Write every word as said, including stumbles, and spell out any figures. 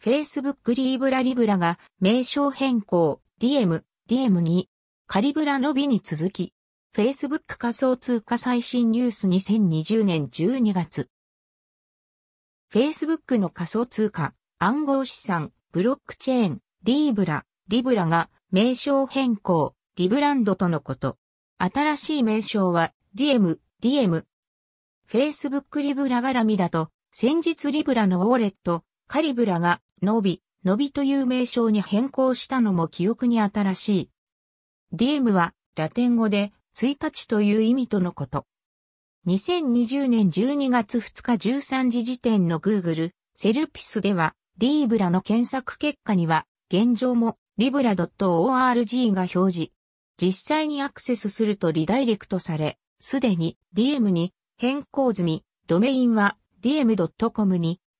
Facebook リーブラリブラが名称変更、ディエム、ディエムに、カリブラの美に続き、Facebook 仮想通貨最新ニュースにせんにじゅうねんじゅうにがつ。Facebook の仮想通貨、暗号資産、ブロックチェーン、リーブラ、リブラが名称変更、リブランドとのこと。新しい名称は、ディエム、ディエム。Facebook リブラ絡みだと、先日リブラのウォレット、カリブラが、ノビ、ノビという名称に変更したのも記憶に新しい。ディエムは、ラテン語で、ついたちという意味とのこと。にせんにじゅうねんじゅうにがつふつかじゅうさんじ時点の Google、セルピスでは、リーブラの検索結果には、現状も、リブラ ドットオーアールジー が表示。実際にアクセスするとリダイレクトされ、すでに ディエム に変更済み、ドメインは ディエムドットコム に